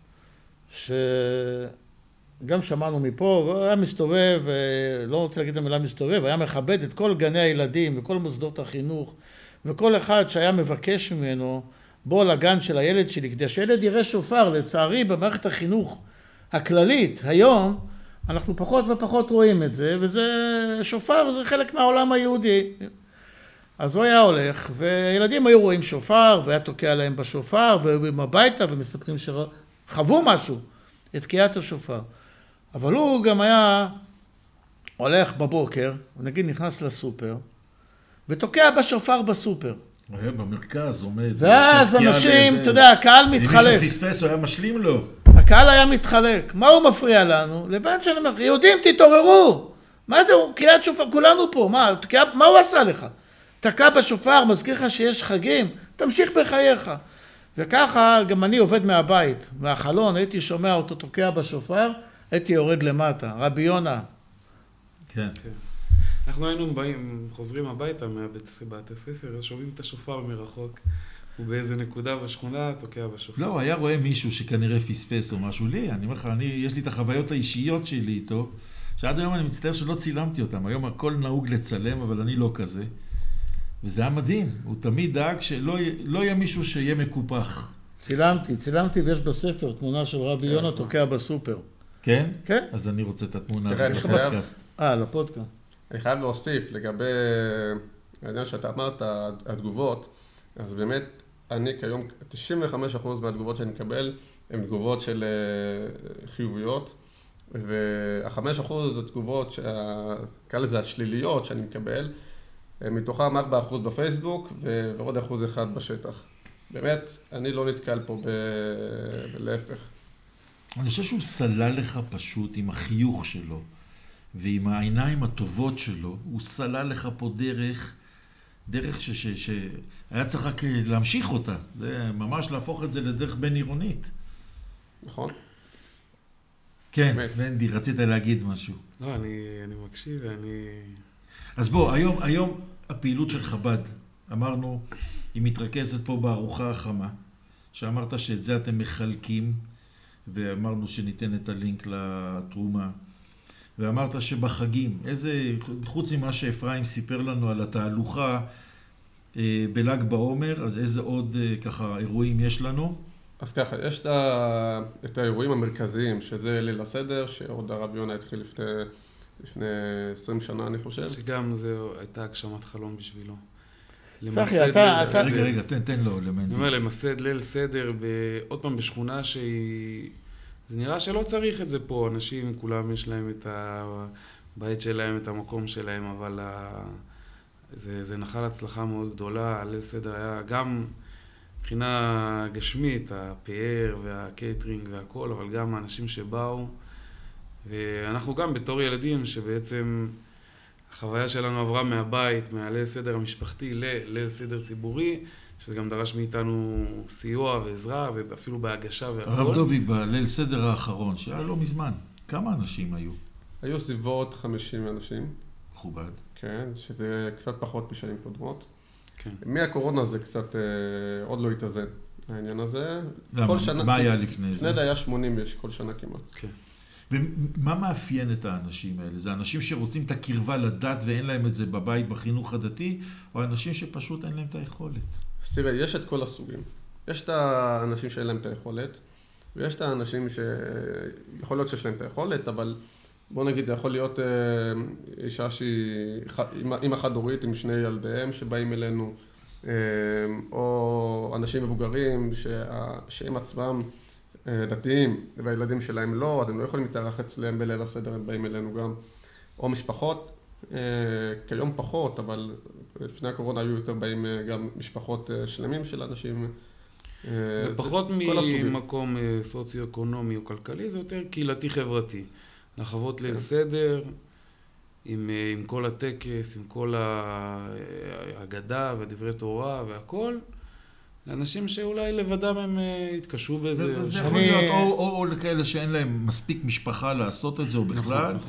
שגם שמענו מפה, הוא היה מסתובב, לא רוצה להגיד את המילה מסתובב, היה מכבד את כל גני הילדים וכל מוסדות החינוך, וכל אחד שהיה מבקש ממנו, בוא לגן של הילד שלי, כדי שהילד יראה שופר. לצערי, במערכת החינוך הכללית, היום, אנחנו פחות ופחות רואים את זה, וזה, שופר זה חלק מהעולם היהודי. אז הוא היה הולך, וילדים היו רואים שופר, והיה תוקע להם בשופר, והיו הביתה, ומספרים שחוו משהו, את תקיעת השופר. אבל הוא גם היה הולך בבוקר, נגיד נכנס לסופר, ותוקע בשופר בסופר. הוא היה במרכז, עומד. ואז אנשים, אתה יודע, הקהל מתחלק. מי שפספס, הוא היה משלים לו. הקהל היה מתחלק. מה הוא מפריע לנו? לבן שאני אומר, יהודים תתעוררו. מה זה, קריאת שופר, כולנו פה. מה הוא עשה לך? תקע בשופר, מזכיר לך שיש חגים, תמשיך בחייך. וככה גם אני עובד מהבית, מהחלון, הייתי שומע אותו תוקע בשופר, הייתי יורד למטה. רבי יונה. כן. אנחנו היינו חוזרים הביתה מהבית ספר, אז שומעים את השופר מרחוק. הוא באיזה נקודה בשכונה, תוקע בשופר. לא, היה רואה מישהו שכנראה פספס או משהו. לי, אני אומר לך, יש לי את החוויות האישיות שלי איתו, שעד היום אני מצטער שלא צילמתי אותם. היום הכל נהוג לצלם, אבל אני לא כזה. וזה היה מדהים. הוא תמיד דאג שלא יהיה מישהו שיהיה מקופח. צילמתי ויש בספר תמונה של רבי יונה תוקע בסופר. כן? כן. אז אני רוצה את התמונה תראה, הזאת בפודקאסט. לפודקאסט. אני חייב להוסיף לגבי העניין שאתה אמרת, התגובות, אז באמת אני כיום 95% מהתגובות שאני מקבל הן תגובות של חיוביות, וה5% זה תגובות קל לזה השליליות שאני מקבל, מתוכם 4% בפייסבוק ועוד 1% בשטח. באמת, אני לא נתקל פה בלהפך. אני חושב שהוא סלל לך פשוט עם החיוך שלו, ועם העיניים הטובות שלו, הוא סלל לך פה דרך שהיה צריך רק להמשיך אותה. זה ממש להפוך את זה לדרך בין עירונית. נכון? כן, ונדי, רצית להגיד משהו. לא, אני מקשיב ואני... אז בוא, היום הפעילות של חב"ד, אמרנו, היא מתרכזת פה בארוחה החמה, שאמרת שאת זה אתם מחלקים, ואמרנו שניתן את הלינק לתרומה. ואמרת שבחגים, חוץ ממה שאפרים סיפר לנו על התהלוכה בל"ג בעומר, אז איזה עוד ככה אירועים יש לנו? אז ככה, יש את האירועים המרכזיים, שזה ליל הסדר, שעוד הרב יונה התחיל לפני 20 שנה, אני חושב. שגם זו הייתה הגשמת חלום בשבילו. צחי, אתה... רגע, תן לו למנדי. אני אומר, למסד ליל סדר, עוד פעם בשכונה שהיא... זה נראה שלא צריך את זה פה, אנשים, כולם יש להם את הבית שלהם, את המקום שלהם, אבל זה נחל הצלחה מאוד גדולה. ליל סדר היה גם מבחינה גשמית, הפאר והקייטרינג והכל, אבל גם האנשים שבאו. ואנחנו גם בתור ילדים שבעצם החוויה שלנו עברה מהבית, מהליל סדר המשפחתי לליל סדר ציבורי, שזה גם דרש מאיתנו סיוע ועזרה, ואפילו בהגשה והכל. הרב דובי, בליל סדר האחרון, שהיה לא מזמן, כמה אנשים היו? היו סביבות 50 אנשים. מכובד. כן, שזה קצת פחות משנים קודמות. כן. מהקורונה זה קצת עוד לא התאזן, העניין הזה. למה? מה היה לפני זה? לפני זה היה 80 יש כל שנה כמעט. כן. ומה מאפיין את האנשים האלה? זה אנשים שרוצים את הקרבה לדת ואין להם את זה בבית בחינוך הדתי, או אנשים שפשוט אין להם את היכולת? אז תראה, יש את כל הסוגים. יש את האנשים שאין להם את היכולת, ויש את האנשים שיכול להיות שיש להם את היכולת, אבל בוא נגיד, זה יכול להיות אישה שהיא אימא חד-הורית עם שני ילדיהם שבאים אלינו, או אנשים מבוגרים שהם עצמם דתיים והילדים שלהם לא, אז הם לא יכולים להתארח אצלם בליל הסדר, הם באים אלינו גם, או משפחות, כיום פחות, אבל לפני הקורונה היו יותר באים גם משפחות שלמים של אנשים. זה פחות ממקום סוציו-אקונומי או כלכלי, זה יותר קהילתי-חברתי. לחוות ליל סדר, עם כל הטקס, עם כל ההגדה והדברי תורה והכל, לאנשים שאולי לבדם הם יתקשו בזה. זה יכול להיות או לכאלה שאין להם מספיק משפחה לעשות את זה, או בכלל. נכון.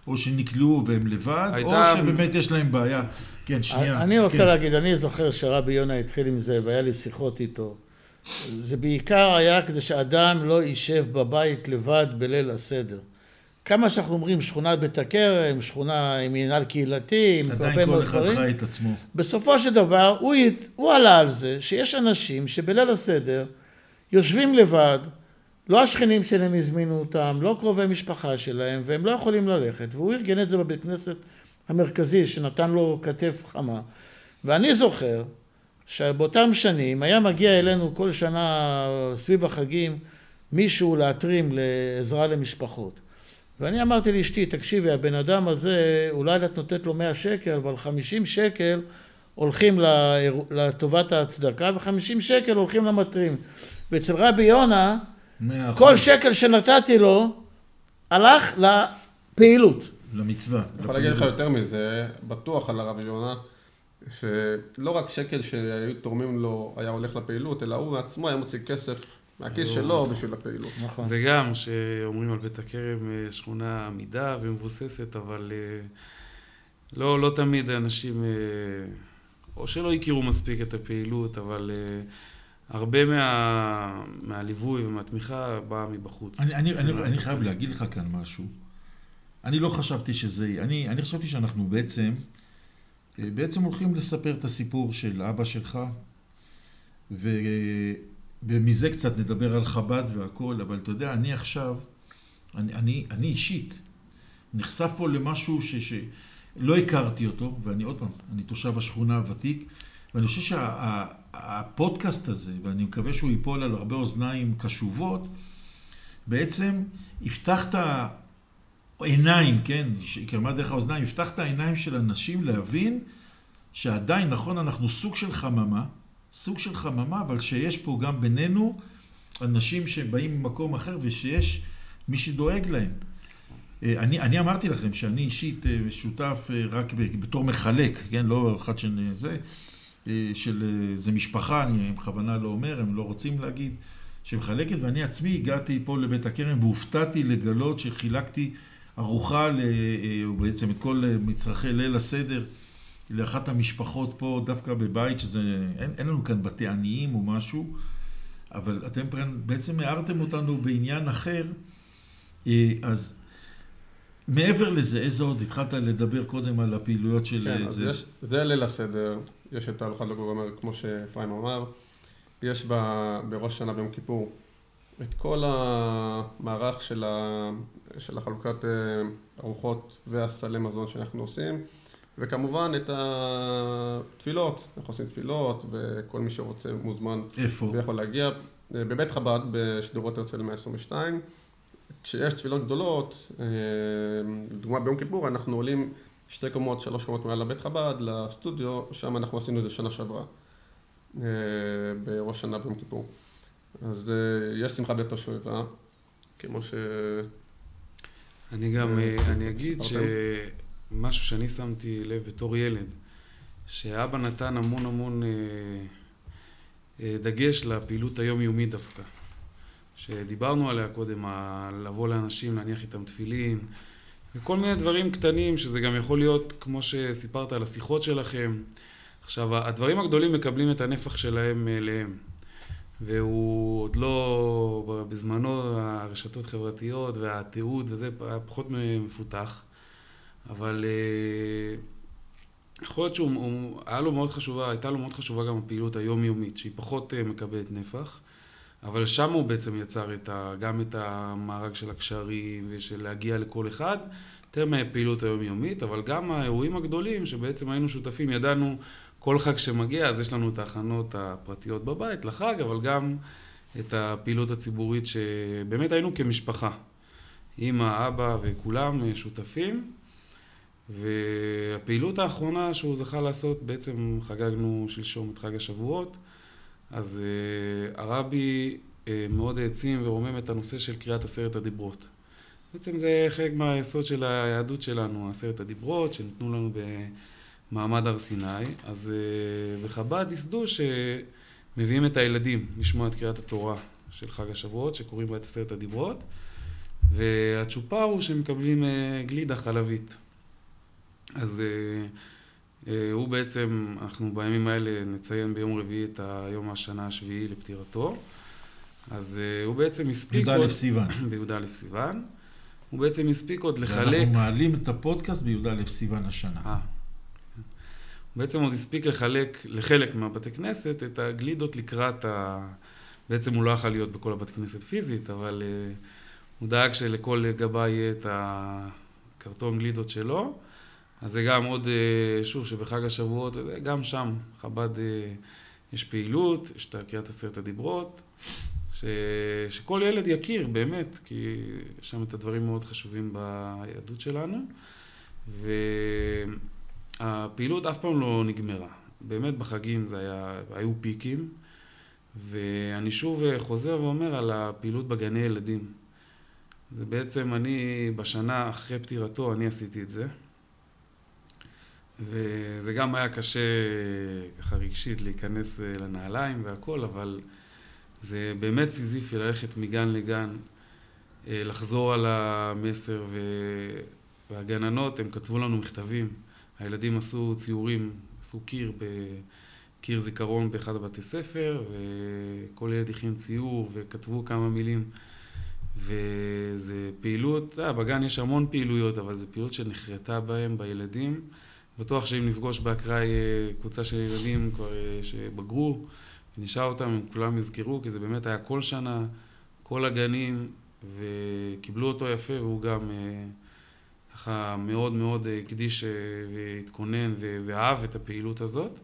או שנקלעו והם לבד, או שבאמת יש להם בעיה. כן, שנייה. אני רוצה להגיד, אני זוכר שרבי יונה התחיל עם זה, והיה לי שיחות איתו. זה בעיקר היה כדי שאדם לא יישב בבית לבד בליל הסדר. כמה שאנחנו אומרים, שכונת בית הכרם, שכונה עם מנהל קהילתי, עם הרבה מאוד דברים. עדיין כל אחד חי את עצמו. בסופו של דבר, הוא עלה על זה שיש אנשים שבליל הסדר יושבים לבד, לא השכנים שלהם הזמינו אותם, לא קרובי משפחה שלהם, והם לא יכולים ללכת. והוא ארגן את זה בבית כנסת המרכזי, שנתן לו כתף חמה. ואני זוכר שבאותם שנים היה מגיע אלינו כל שנה סביב החגים מישהו להתרים לעזרה למשפחות. ואני אמרתי לאשתי, תקשיבי, הבן אדם הזה, אולי את נותנת לו 100 שקל, אבל 50 שקל הולכים לטובת ההצדקה, ו50 שקל הולכים למטרים. ואצל רבי יונה, כל שקל שנתתי לו, הלך לפעילות. למצווה. אני יכול להגיד לך יותר מזה, בטוח על הרבי יונה, שלא רק שקל שהיו תורמים לו היה הולך לפעילות, אלא הוא בעצמו היה מוציא כסף מהכיס שלו בשביל הפעילות. נכון. זה גם שאומרים על בית הכרם שכונה עמידה ומבוססת, אבל לא תמיד האנשים, או שלא הכירו מספיק את הפעילות, אבל הרבה מהליווי ומהתמיכה באה מבחוץ. אני חייב להגיד לך כאן משהו. אני לא חשבתי שזה, אני חשבתי שאנחנו בעצם הולכים לספר את הסיפור של אבא שלך, ומזה קצת נדבר על חב"ד והכל, אבל אתה יודע, אני עכשיו, אני אישית, נחשף פה למשהו שלא הכרתי אותו, ואני עוד פעם, אני תושב השכונה הוותיק, ואני חושב שהפודקאסט הזה, ואני מקווה שהוא ייפול על הרבה אוזניים קשובות, בעצם יפתח את העיניים, כן, כלומר דרך האוזניים, יפתח את העיניים של אנשים להבין שעדיין, נכון, אנחנו סוג של חממה, אבל שיש פה גם בינינו אנשים שבאים ממקום אחר ושיש מי שדואג להם. אני אמרתי לכם שאני אישית שותף רק בתור מחלק, כן, לא אחד זה משפחה, אני בכוונה לא אומר, הם לא רוצים להגיד, שמחלקת, ואני עצמי הגעתי פה לבית הכרם והופתעתי לגלות שחילקתי ארוחה, בעצם את כל מצרכי ליל הסדר, לאחת המשפחות פה, דווקא בבית, אין לנו כאן בתי עניים או משהו, אבל אתם בעצם הערתם אותנו בעניין אחר, אז מעבר לזה, איזה עוד התחלת לדבר קודם על הפעילויות של כן, זה? אז זה ליל הסדר, יש את ההלכה לגורמר, כמו שאפרים אמר, יש בראש שנה ביום כיפור את כל המערך של החלוקת ארוחות והסלי מזון שאנחנו עושים, וכמובן את התפילות, אנחנו עושים תפילות, וכל מי שרוצה מוזמן. איפה? ויכול להגיע בבית חב"ד בשדרות הרצל 122, כשיש תפילות גדולות, לדוגמה ביום כיפור, אנחנו עולים 2 קומות, 3 קומות מעל לבית חב"ד, לסטודיו, שם אנחנו עשינו את זה שנה שעברה, בראש שנה ביום כיפור. אז יש שמחה בית השואבה, כמו ש... אני אגיד שמשהו שאני שמתי לב בתור ילד, שאבא נתן המון דגש לפעילות היומיומית דווקא. שדיברנו עליה קודם, לבוא לאנשים, להניח איתם תפילין, וכל מיני דברים קטנים, שזה גם יכול להיות, כמו שסיפרת על השיחות שלכם. עכשיו, הדברים הגדולים מקבלים את הנפח שלהם אליהם, והוא עוד לא, בזמנו, הרשתות חברתיות והתיעוד וזה היה פחות מפותח, אבל יכול להיות הייתה לו מאוד חשובה גם הפעילות היומיומית, שהיא פחות מקבלת נפח, אבל שם הוא בעצם יצר גם את המארג של הקשרים ושל להגיע לכל אחד, יותר מהפעילות היומיומית, אבל גם האירועים הגדולים שבעצם היינו שותפים, ידענו כל חג שמגיע, אז יש לנו את ההכנות הפרטיות בבית לחג, אבל גם את הפעילות הציבורית שבאמת היינו כמשפחה, אמא, אבא וכולם שותפים, והפעילות האחרונה שהוא זכה לעשות, בעצם חגגנו שלשום את חג השבועות, אז הרבי מאוד העצים ורומם את הנושא של קריאת 10 הדיברות. בעצם זה חלק מהיסוד של היהדות שלנו, 10 הדיברות שנתנו לנו במעמד הר סיני. אז בחב"ד יסדו שמביאים את הילדים לשמוע את קריאת התורה של חג השבועות, שקוראים בה את 10 הדיברות. והצ'ופר הוא שמקבלים גלידה חלבית. אז הוא בעצם, אנחנו בימים האלה נציין ביום רביעי את היום השנה השביעי לפטירתו. אז הוא בעצם הספיק בי"א סיוון. בי"א סיוון. הוא בעצם הספיק עוד לחלק... ואנחנו מעלים את הפודקאסט בי"א סיוון השנה. הוא בעצם עוד הספיק לחלק מהבתי כנסת את הגלידות לקראת בעצם הוא לא יכול להיות בכל הבתי כנסת פיזית, אבל הוא דאג שלכל גבה יהיה את הקרטון גלידות שלו. אז זה גם עוד, שוב, שבחג השבועות, גם שם חב"ד יש פעילות, יש את קריאת 10 הדיברות, שכל ילד יכיר באמת, כי יש שם את הדברים מאוד חשובים ביהדות שלנו, והפעילות אף פעם לא נגמרה. באמת בחגים היו פיקים, ואני שוב חוזר ואומר על הפעילות בגני ילדים. זה בעצם אני, בשנה אחרי פטירתו, אני עשיתי את זה. וזה גם היה קשה ככה רגשית להיכנס לנעליים והכל, אבל זה באמת סיזיפי ללכת מגן לגן, לחזור על המסר, והגננות הם כתבו לנו מכתבים. הילדים עשו ציורים, עשו קיר זיכרון באחד הבתי ספר, וכל ילד הכין ציור וכתבו כמה מילים. וזה פעילות, בגן יש המון פעילויות, אבל זה פעילות שנחרטה בהם בילדים. בטוח שאם נפגוש באקראי קבוצה של ילדים כבר שבגרו, ונשאר אותם, הם כולם יזכרו, כי זה באמת היה כל שנה, כל הגנים, וקיבלו אותו יפה, והוא גם ככה מאוד מאוד הקדיש והתכונן ואהב את הפעילות הזאת.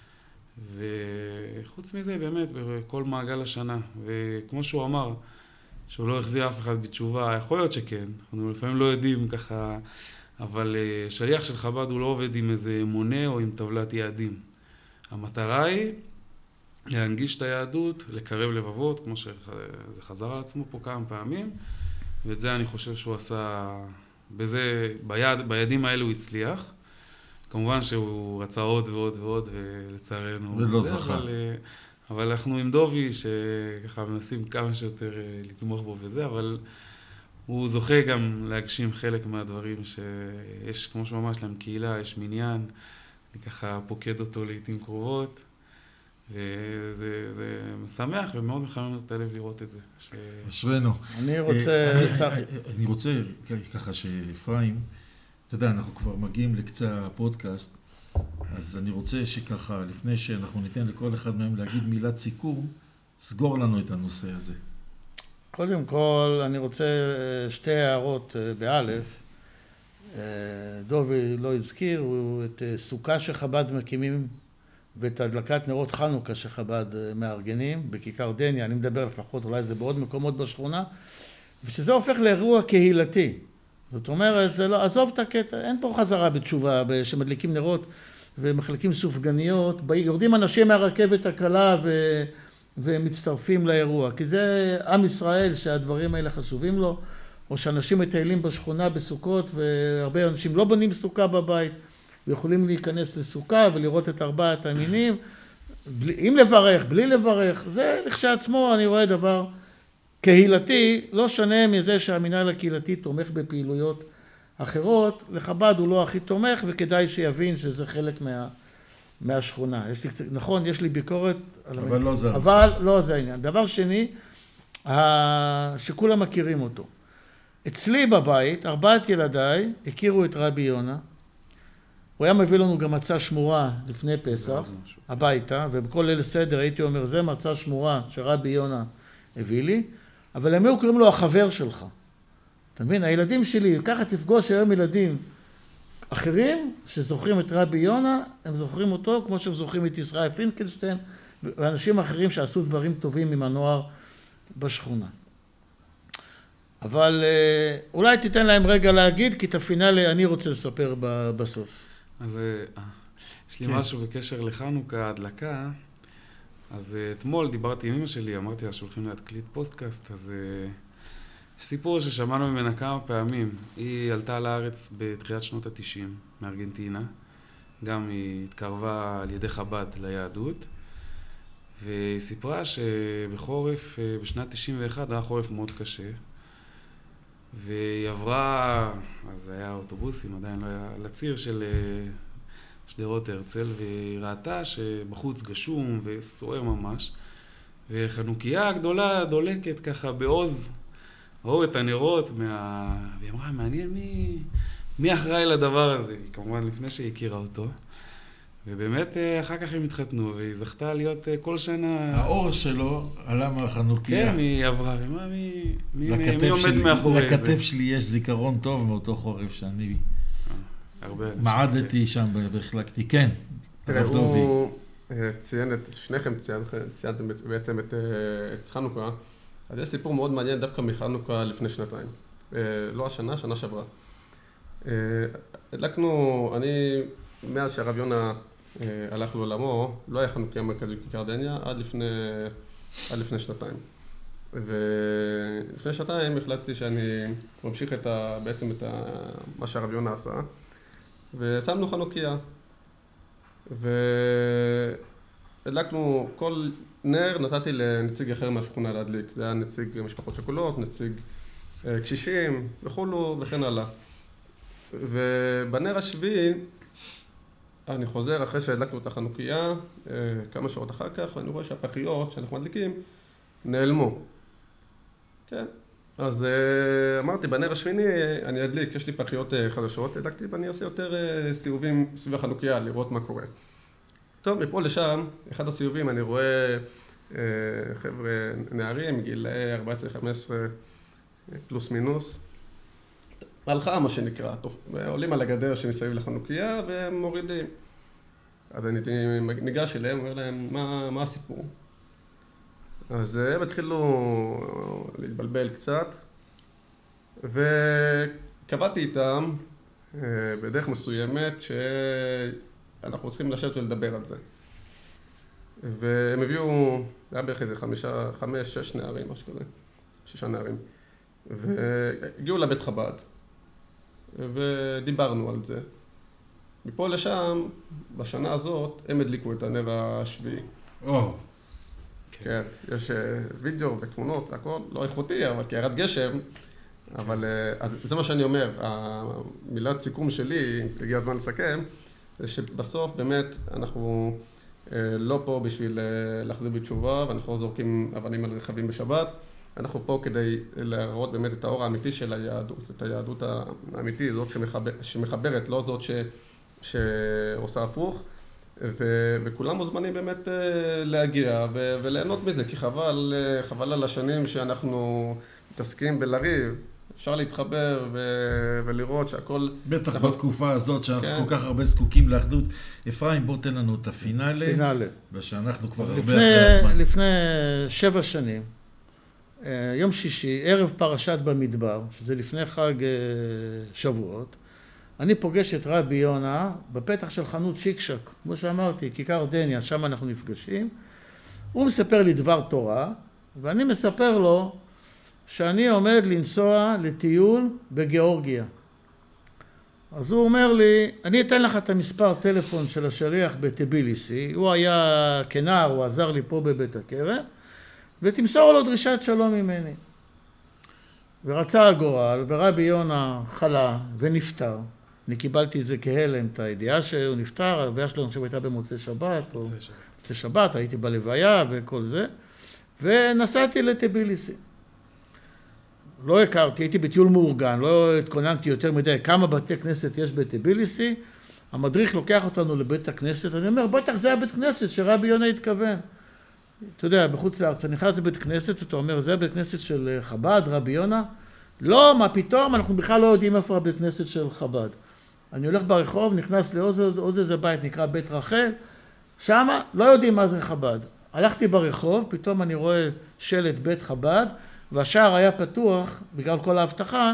וחוץ מזה, באמת, בכל מעגל השנה, וכמו שהוא אמר, שהוא לא החזיר אף אחד בתשובה, יכול להיות שכן, אנחנו לפעמים לא יודעים ככה, אבל שליח של חב"ד הוא לא עובד עם איזה מונה או עם טבלת יעדים. המטרה היא להנגיש את היהדות, לקרב לבבות, כמו שזה חזר על עצמו פה כמה פעמים, ואת זה אני חושב שהוא עשה, ביעדים האלה הוא הצליח. כמובן שהוא רצה עוד ועוד ועוד, ולצערנו... ולא זכה. אבל אנחנו עם דובי, שככה מנסים כמה שיותר לתמוך בו וזה, אבל הוא זוכה גם להגשים חלק מהדברים שיש, כמו שממש להם קהילה, יש מניין, אני ככה פוקד אותו לעתים קרובות, וזה משמח ומאוד מחמם את הלב לראות את זה. אשרנו. אני רוצה ככה שאפרים, אתה יודע, אנחנו כבר מגיעים לקצה הפודקאסט, אז אני רוצה שככה, לפני שאנחנו ניתן לכל אחד מהם להגיד מילת סיכום, סגור לנו את הנושא הזה. קודם כל, אני רוצה שתי הערות באלף. דובי לא הזכיר, הוא את סוכה שחב"ד מקימים, ואת הדלקת נרות חנוכה שחב"ד מארגנים, בכיכר דניה, אני מדבר לפחות, אולי זה בעוד מקומות בשכונה, ושזה הופך לאירוע קהילתי. זאת אומרת, זה לא, עזוב את הקטע, אין פה חזרה בתשובה, שמדליקים נרות ומחלקים סופגניות, יורדים אנשים מהרכבת הקלה ומצטרפים לאירוע, כי זה עם ישראל שהדברים האלה חשובים לו, או שאנשים מטיילים בשכונה בסוכות, והרבה אנשים לא בונים סוכה בבית, ויכולים להיכנס לסוכה ולראות את ארבעת המינים, עם לברך, בלי לברך, זה לכשעצמו אני רואה דבר קהילתי, לא שונה מזה שהמינהל הקהילתי תומך בפעילויות אחרות, לחב"ד הוא לא הכי תומך, וכדאי שיבין שזה חלק מהשכונה. נכון, יש לי ביקורת, אבל לא זה. אבל לא זה העניין. דבר שני, שכולם מכירים אותו. אצלי בבית, 4 ילדיי הכירו את רבי יונה, הוא היה מביא לנו גם מצה שמורה לפני פסח, הביתה, ובכל ליל סדר הייתי אומר, זה מצה שמורה שרבי יונה הביא לי, אבל הם היו קוראים לו החבר שלך. אתה מבין? הילדים שלי, ככה תפגוש היום ילדים אחרים שזוכרים את רבי יונה, הם זוכרים אותו כמו שהם זוכרים את ישראל פינקלשטיין, ואנשים אחרים שעשו דברים טובים עם הנוער בשכונה. אבל אולי תיתן להם רגע להגיד, כי את הפינאלי אני רוצה לספר בסוף. אז יש לי משהו בקשר לחנוכה, הדלקה. אז אתמול דיברתי עם אמא שלי, אמרתי לה שהולכים להקליט פודקאסט, אז יש סיפור ששמענו ממנה כמה פעמים. היא עלתה לארץ בתחילת שנות ה-90 מארגנטינה, גם היא התקרבה על ידי חב"ד ליהדות, והיא סיפרה שבחורף, בשנת 91 היה חורף מאוד קשה, והיא עברה, אז זה היה אוטובוסים, עדיין לא היה, לציר של שדרות הרצל, והיא ראתה שבחוץ גשום וסוער ממש, וחנוכיה גדולה דולקת ככה בעוז, ראו את הנרות, והיא אמרה, מעניין מי אחראי לדבר הזה, כמובן לפני שהיא הכירה אותו. ובאמת אחר כך הם התחתנו, והיא זכתה להיות כל שנה... האור שלו עלה מהחנוכיה. כן, היא עברה, מי עומד מאחורי זה? לכתב שלי יש זיכרון טוב מאותו חורף שאני מעדתי שם והחלקתי. כן, תראה, הוא ציין שניכם ציינתם בעצם את חנוכה, אז יש סיפור מאוד מעניין דווקא מחנוכה לפני שנתיים. לא השנה, שנה שעברה. הדלקנו, מאז שהרב יונה הלך לעולמו, לא היה חנוכיה מרכזית בכיכר דניה עד לפני שנתיים. ולפני שנתיים החלטתי שאני ממשיך בעצם את מה שהרב יונה עשה, ושמנו חנוכיה. והדלקנו כל נר, נתתי לנציג אחר מהשכונה להדליק. זה היה נציג משפחות שכולות, נציג קשישים וכולו וכן הלאה. ובנר השביעי אני חוזר אחרי שהדלקנו את החנוכיה, כמה שעות אחר כך, ואני רואה שהפחיות שאנחנו מדליקים נעלמו. כן. אז אמרתי, בנר השמיני אני אדליק, יש לי פחיות חדשות, הדלקתי ואני אעשה יותר סיבובים סביב החנוכיה, לראות מה קורה. טוב, מפה לשם, אחד הסיבובים אני רואה חבר'ה נערים, גיל 14-15 פלוס מינוס. הלכה מה שנקרא, עולים על הגדר שמסביב לחנוכיה ומורידים. אז אני ניגש אליהם, אומר להם, מה הסיפור? אז הם התחילו להתבלבל קצת, וקבעתי איתם בדרך מסוימת שאנחנו צריכים לשבת ולדבר על זה. והם הביאו, זה היה בערך איזה 5-6 נערים, משהו כזה, 6 נערים. והגיעו לבית חב"ד, ודיברנו על זה. מפה לשם, בשנה הזאת, הם הדליקו את הנר השביעי. כן, יש וידאו ותמונות, הכל לא איכותי, אבל כהרת גשם. אבל זה מה שאני אומר, המילת סיכום שלי, הגיע הזמן לסכם, זה שבסוף באמת אנחנו לא פה בשביל להחזיר בתשובה, ואנחנו לא זורקים אבנים על רכבים בשבת. אנחנו פה כדי להראות באמת את האור האמיתי של היהדות, את היהדות האמיתית, זאת שמחברת, לא זאת שעושה הפוך. וכולם מוזמנים באמת להגיע וליהנות מזה, כי חבל על השנים שאנחנו מתעסקים בלריב. אפשר להתחבר ולראות שהכל... בטח בתקופה הזאת שאנחנו כל כך הרבה זקוקים לאחדות. אפרים, בוא תן לנו את הפינאלה. פינאלה. ושאנחנו כבר הרבה אחרי הזמן. לפני 7 שנים, יום שישי, ערב פרשת במדבר, שזה לפני חג שבועות, אני פוגש את רבי יונה בפתח של חנות שיקשק, כמו שאמרתי, כיכר דניה, שם אנחנו נפגשים. הוא מספר לי דבר תורה, ואני מספר לו שאני עומד לנסוע לטיול בגיאורגיה. אז הוא אומר לי, אני אתן לך את המספר טלפון של השליח בטביליסי, הוא היה כנער, הוא עזר לי פה בבית הכרם, ותמסור לו דרישת שלום ממני. ורצה הגורל, ורבי יונה חלה ונפטר. אני קיבלתי את זה כהלם, את הידיעה שהוא נפטר, ההלוויה שלנו עכשיו הייתה במוצאי שבת, או מוצאי שבת, הייתי בלוויה וכל זה, ונסעתי לטביליסי. לא הכרתי, הייתי בטיול מאורגן, לא התכוננתי יותר מדי, כמה בתי כנסת יש בטביליסי, המדריך לוקח אותנו לבית הכנסת, אני אומר, בטח זה הבית כנסת שרבי יונה התכוון. אתה יודע, בחוץ לארץ, אני נכנס לבית כנסת, אתה אומר, זה הבית כנסת של חב"ד, רבי יונה? לא, מה פתאום, אנחנו בכלל לא יודעים איפה הבית כנסת של חב"ד. אני הולך ברחוב, נכנס לעוד איזה בית, נקרא בית רחל, שמה לא יודעים מה זה חב"ד. הלכתי ברחוב, פתאום אני רואה שלט בית חב"ד, והשער היה פתוח, בגלל כל ההבטחה,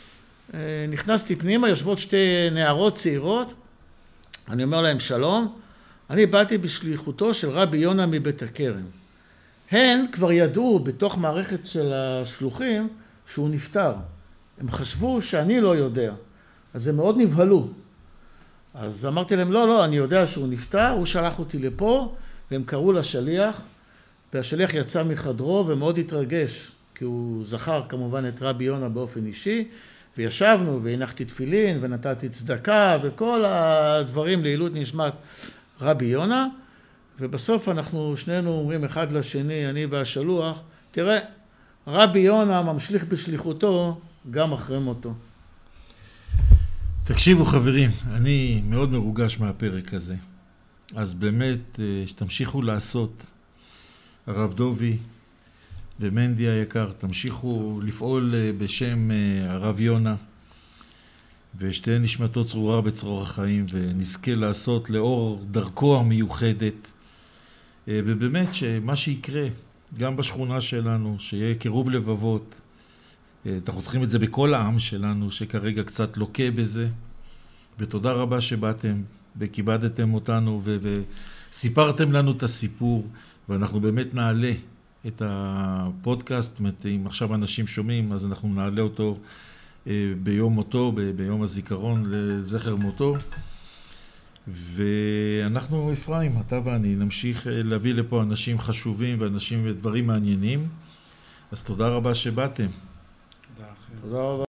נכנסתי פנימה, יושבות 2 נערות צעירות, אני אומר להם שלום, אני באתי בשליחותו של רבי יונה מבית הכרם. הן כבר ידעו בתוך מערכת של השלוחים שהוא נפטר. הם חשבו שאני לא יודע, אז הם מאוד נבהלו. אז אמרתי להם, לא, אני יודע שהוא נפטר, הוא שלח אותי לפה, והם קראו לשליח, והשליח יצא מחדרו ומאוד התרגש, כי הוא זכר כמובן את רבי יונה באופן אישי, וישבנו והנחתי תפילין ונתתי צדקה וכל הדברים לעילוי נשמת רבי יונה, ובסוף אנחנו שנינו אומרים אחד לשני, אני והשלוח, תראה, רבי יונה ממשיך בשליחותו גם אחרי מותו. תקשיבו חברים, אני מאוד מרוגש מהפרק הזה. אז באמת שתמשיכו לעשות, הרב דובי ומנדי היקר, תמשיכו לפעול בשם הרב יונה, ושתהיה נשמתו צרורה בצרור החיים, ונזכה לעשות לאור דרכו המיוחדת, ובאמת שמה שיקרה, גם בשכונה שלנו, שיהיה קירוב לבבות, אנחנו צריכים את זה בכל העם שלנו, שכרגע קצת לוקה בזה, ותודה רבה שבאתם וכיבדתם אותנו וסיפרתם לנו את הסיפור, ואנחנו באמת נעלה את הפודקאסט, אם עכשיו אנשים שומעים, אז אנחנו נעלה אותו ביום מותו, ביום הזיכרון לזכר מותו, ואנחנו אפרים, אתה ואני, נמשיך להביא לפה אנשים חשובים ואנשים ודברים מעניינים, אז תודה רבה שבאתם. תודה רבה.